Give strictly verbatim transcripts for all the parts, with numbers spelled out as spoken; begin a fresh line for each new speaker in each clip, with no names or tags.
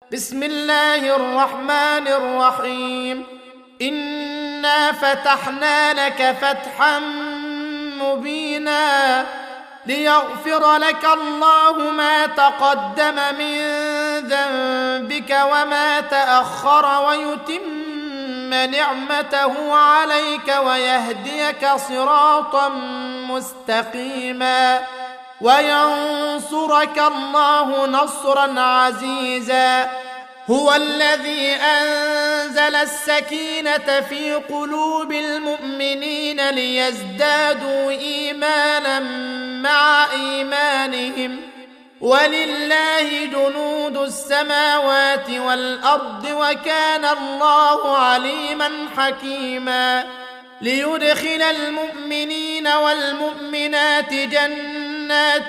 بسم الله الرحمن الرحيم. إنا فتحنا لك فتحا مبينا ليغفر لك الله ما تقدم من ذنبك وما تأخر ويتم نعمته عليك ويهديك صراطا مستقيما وينصرك الله نصرا عزيزا. هو الذي أنزل السكينة في قلوب المؤمنين ليزدادوا إيمانا مع إيمانهم ولله جنود السماوات والأرض وكان الله عليما حكيما. ليدخل المؤمنين والمؤمنات جنات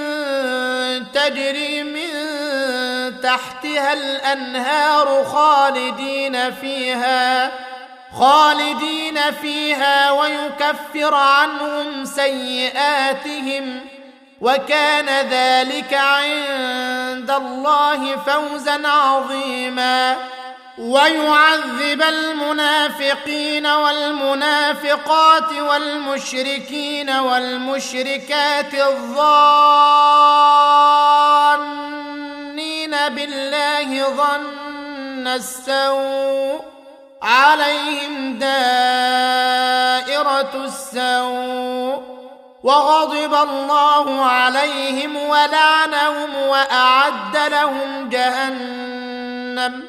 تجري من تحتها الأنهار خالدين فيها خالدين فيها ويكفر عنهم سيئاتهم وكان ذلك عند الله فوزا عظيما. ويعذب المنافقين والمنافقات والمشركين والمشركات الظانين بالله ظن السوء عليهم دائرة السوء وغضب الله عليهم ولعنهم وأعد لهم جهنم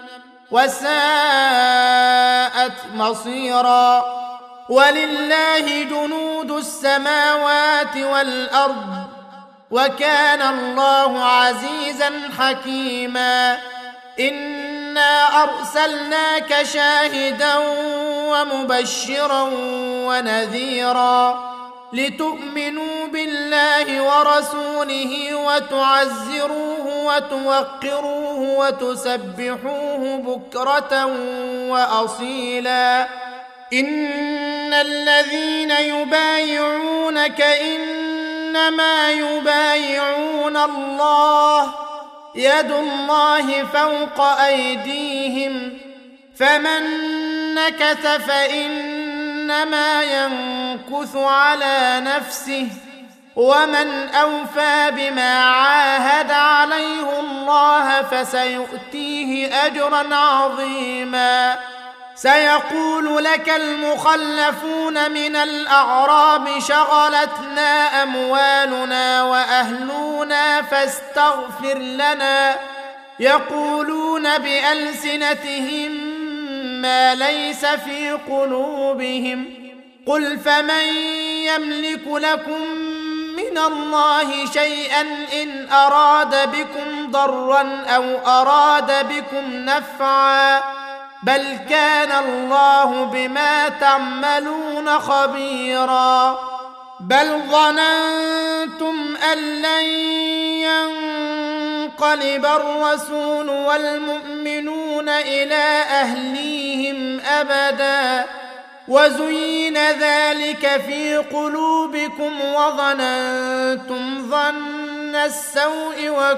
وساءت مصيرا. ولله جنود السماوات والأرض وكان الله عزيزا حكيما. إنا أرسلناك شاهدا ومبشرا ونذيرا لتؤمنوا بالله ورسوله وتعزروه وتوقروه وتسبحوه بكرة وأصيلا. إن الذين يبايعونك إنما يبايعون الله يد الله فوق أيديهم فمن نكث فإنما ينكث على نفسه ومن أوفى بما عاهد عليه الله فسيؤتيه أجرا عظيما. سيقول لك المخلفون من الأعراب شغلتنا أموالنا وأهلنا فاستغفر لنا يقولون بألسنتهم ما ليس في قلوبهم قل فمن يملك لكم من الله شيئا إن أراد بكم ضرا أو أراد بكم نفعا بل كان الله بما تعملون خبيرا. بل ظننتم أن لن ينقلب الرسول والمؤمنون إلى أهليهم أبدا وزين ذلك في قلوبكم وظننتم ظن السوء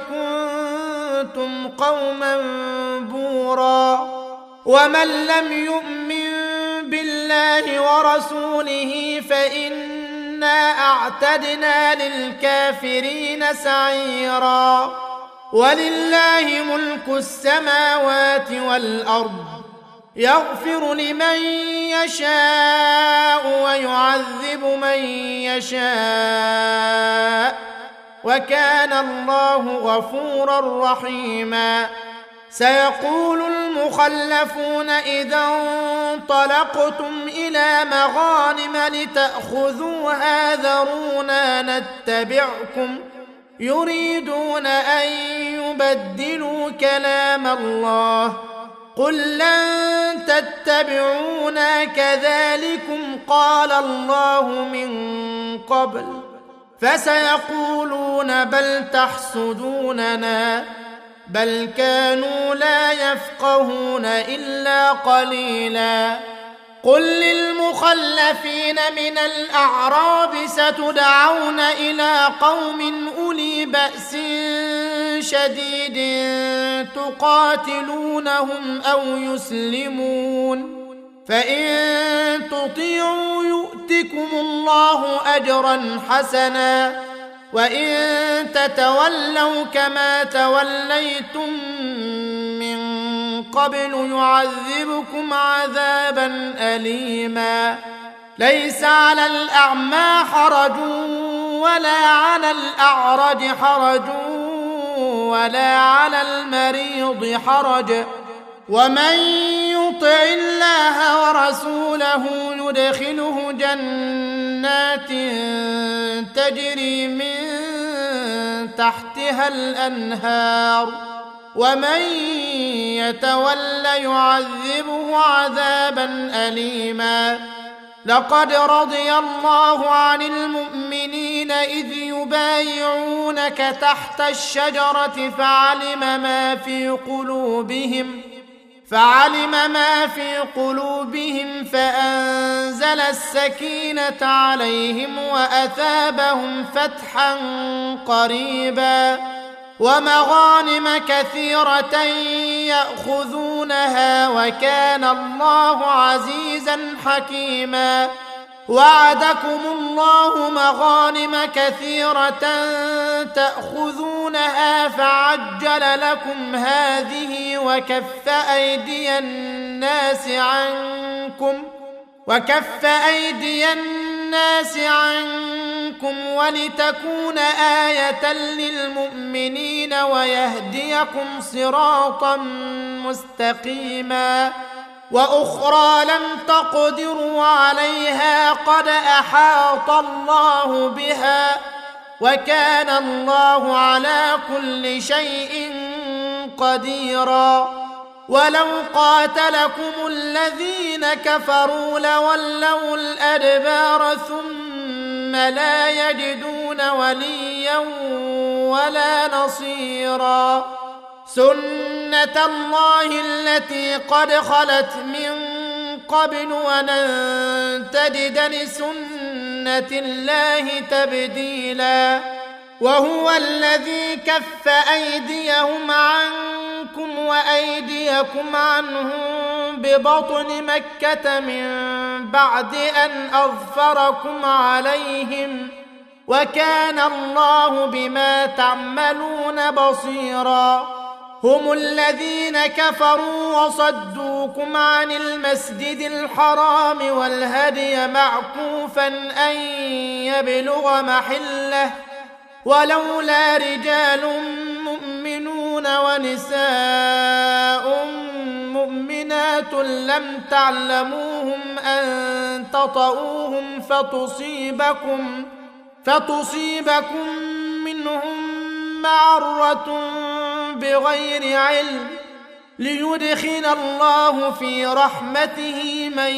وكنتم قوما بورا. ومن لم يؤمن بالله ورسوله فإنا أعتدنا للكافرين سعيرا. ولله ملك السماوات والأرض يغفر لمن يشاء ويعذب من يشاء وكان الله غفورا رحيما. سيقول المخلفون إذا انطلقتم إلى مغانم لتأخذوها ذرونا نتبعكم يريدون أن يبدلوا كلام الله قل لن تتبعونا كذلكم قال الله من قبل فسيقولون بل تحسدوننا بل كانوا لا يفقهون إلا قليلا. قل للمخلفين من الأعراب ستدعون إلى قوم أولي بأس شديد تقاتلونهم أو يسلمون فإن تطيعوا يؤتكم الله أجرا حسنا وإن تتولوا كما توليتم من قبل يعذبكم عذابا أليما ليس على الأعمى حرج ولا على الأعرج حرج ولا على المريض حرج ومن يطع الله ورسوله يدخله جنات تجري من تحتها الأنهار ومن يتول يعذبه عذابا أليما لقد رضي الله عن المؤمنين إذ يبايعونك تحت الشجرة فعلم ما في قلوبهم فعلم ما في قلوبهم فأنزل السكينة عليهم وأثابهم فتحا قريبا ومغانم كثيرة يأخذونها وكان الله عزيزا حكيما وعدكم الله مغانم كثيرة تأخذونها فعجل لكم هذه وكف أيدي الناس عنكم وكف أيدي الناس عنكم ولتكون آية للمؤمنين ويهديكم صراطا مستقيما وأخرى لم تقدروا عليها قد أحاط الله بها وكان الله على كل شيء قديرا ولو قاتلكم الذين كفروا لولوا الأدبار ثم لا يجدون وليا ولا نصيرا سنة الله التي قد خلت من قبل ولن تجد لسنة الله تبديلا وهو الذي كف أيديهم عنكم وأيديكم عنهم ببطن مكة من بعد أن أظفركم عليهم وكان الله بما تعملون بصيرا هم الذين كفروا وصدوكم عن المسجد الحرام والهدي معكوفا أن يبلغ محله ولولا رجال مؤمنون ونساء مؤمنات لم تعلموهم أن تطؤوهم فتصيبكم فتصيبكم منهم معرة بغير علم ليدخل الله في رحمته من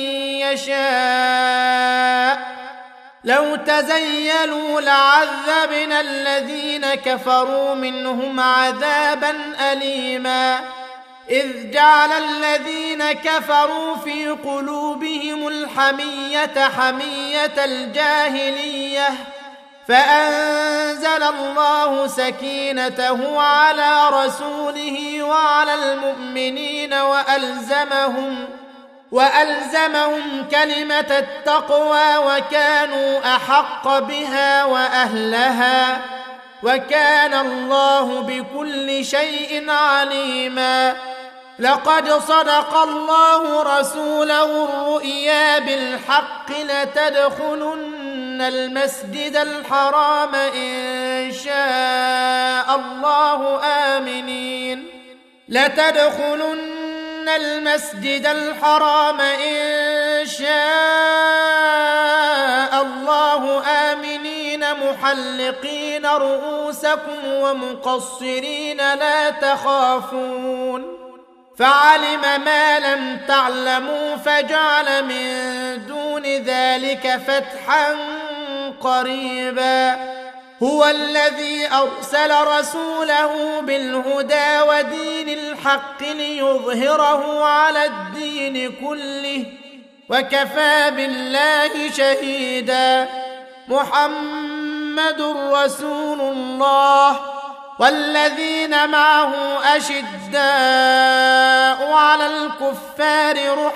يشاء لو تزيلوا لعذبنا الذين كفروا منهم عذابا أليما إذ جعل الذين كفروا في قلوبهم الحمية حمية الجاهلية فأنزل الله سكينته على رسوله وعلى المؤمنين وألزمهم وألزمهم كلمة التقوى وكانوا أحق بها وأهلها وكان الله بكل شيء عليما لقد صدق الله رسوله الرؤيا بالحق لتدخلن المسجد الحرام إن شاء الله آمنين لتدخلن المسجد الحرام إن شاء الله آمنين محلقين رؤوسكم ومقصرين لا تخافون فعلم ما لم تعلموا فجعل من دون ذلك فتحا قريبا هو الذي أرسل رسوله بالهدى ودين الحق ليظهره على الدين كله وكفى بالله شهيدا محمد رسول الله والذين معه أشداء على الكفار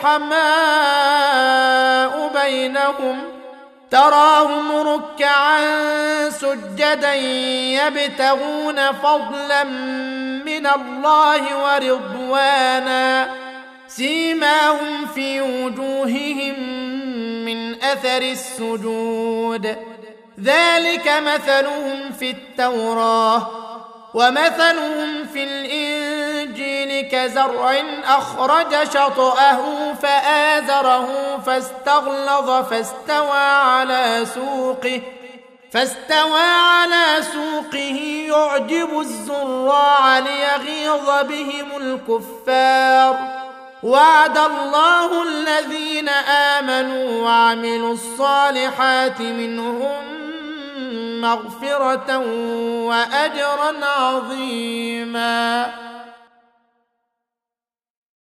رحماء بينهم تراهم ركعا سجدا يبتغون فضلا من الله ورضوانا سيماهم في وجوههم من أثر السجود ذلك مثلهم في التوراة ومثلهم في الإنجيل كزرع أخرج شطأه فآزره فاستغلظ فاستوى على سوقه فاستوى على سوقه يعجب الزراع ليغيظ بهم الكفار وعد الله الذين آمنوا وعملوا الصالحات منهم مغفرة وأجرا عظيما.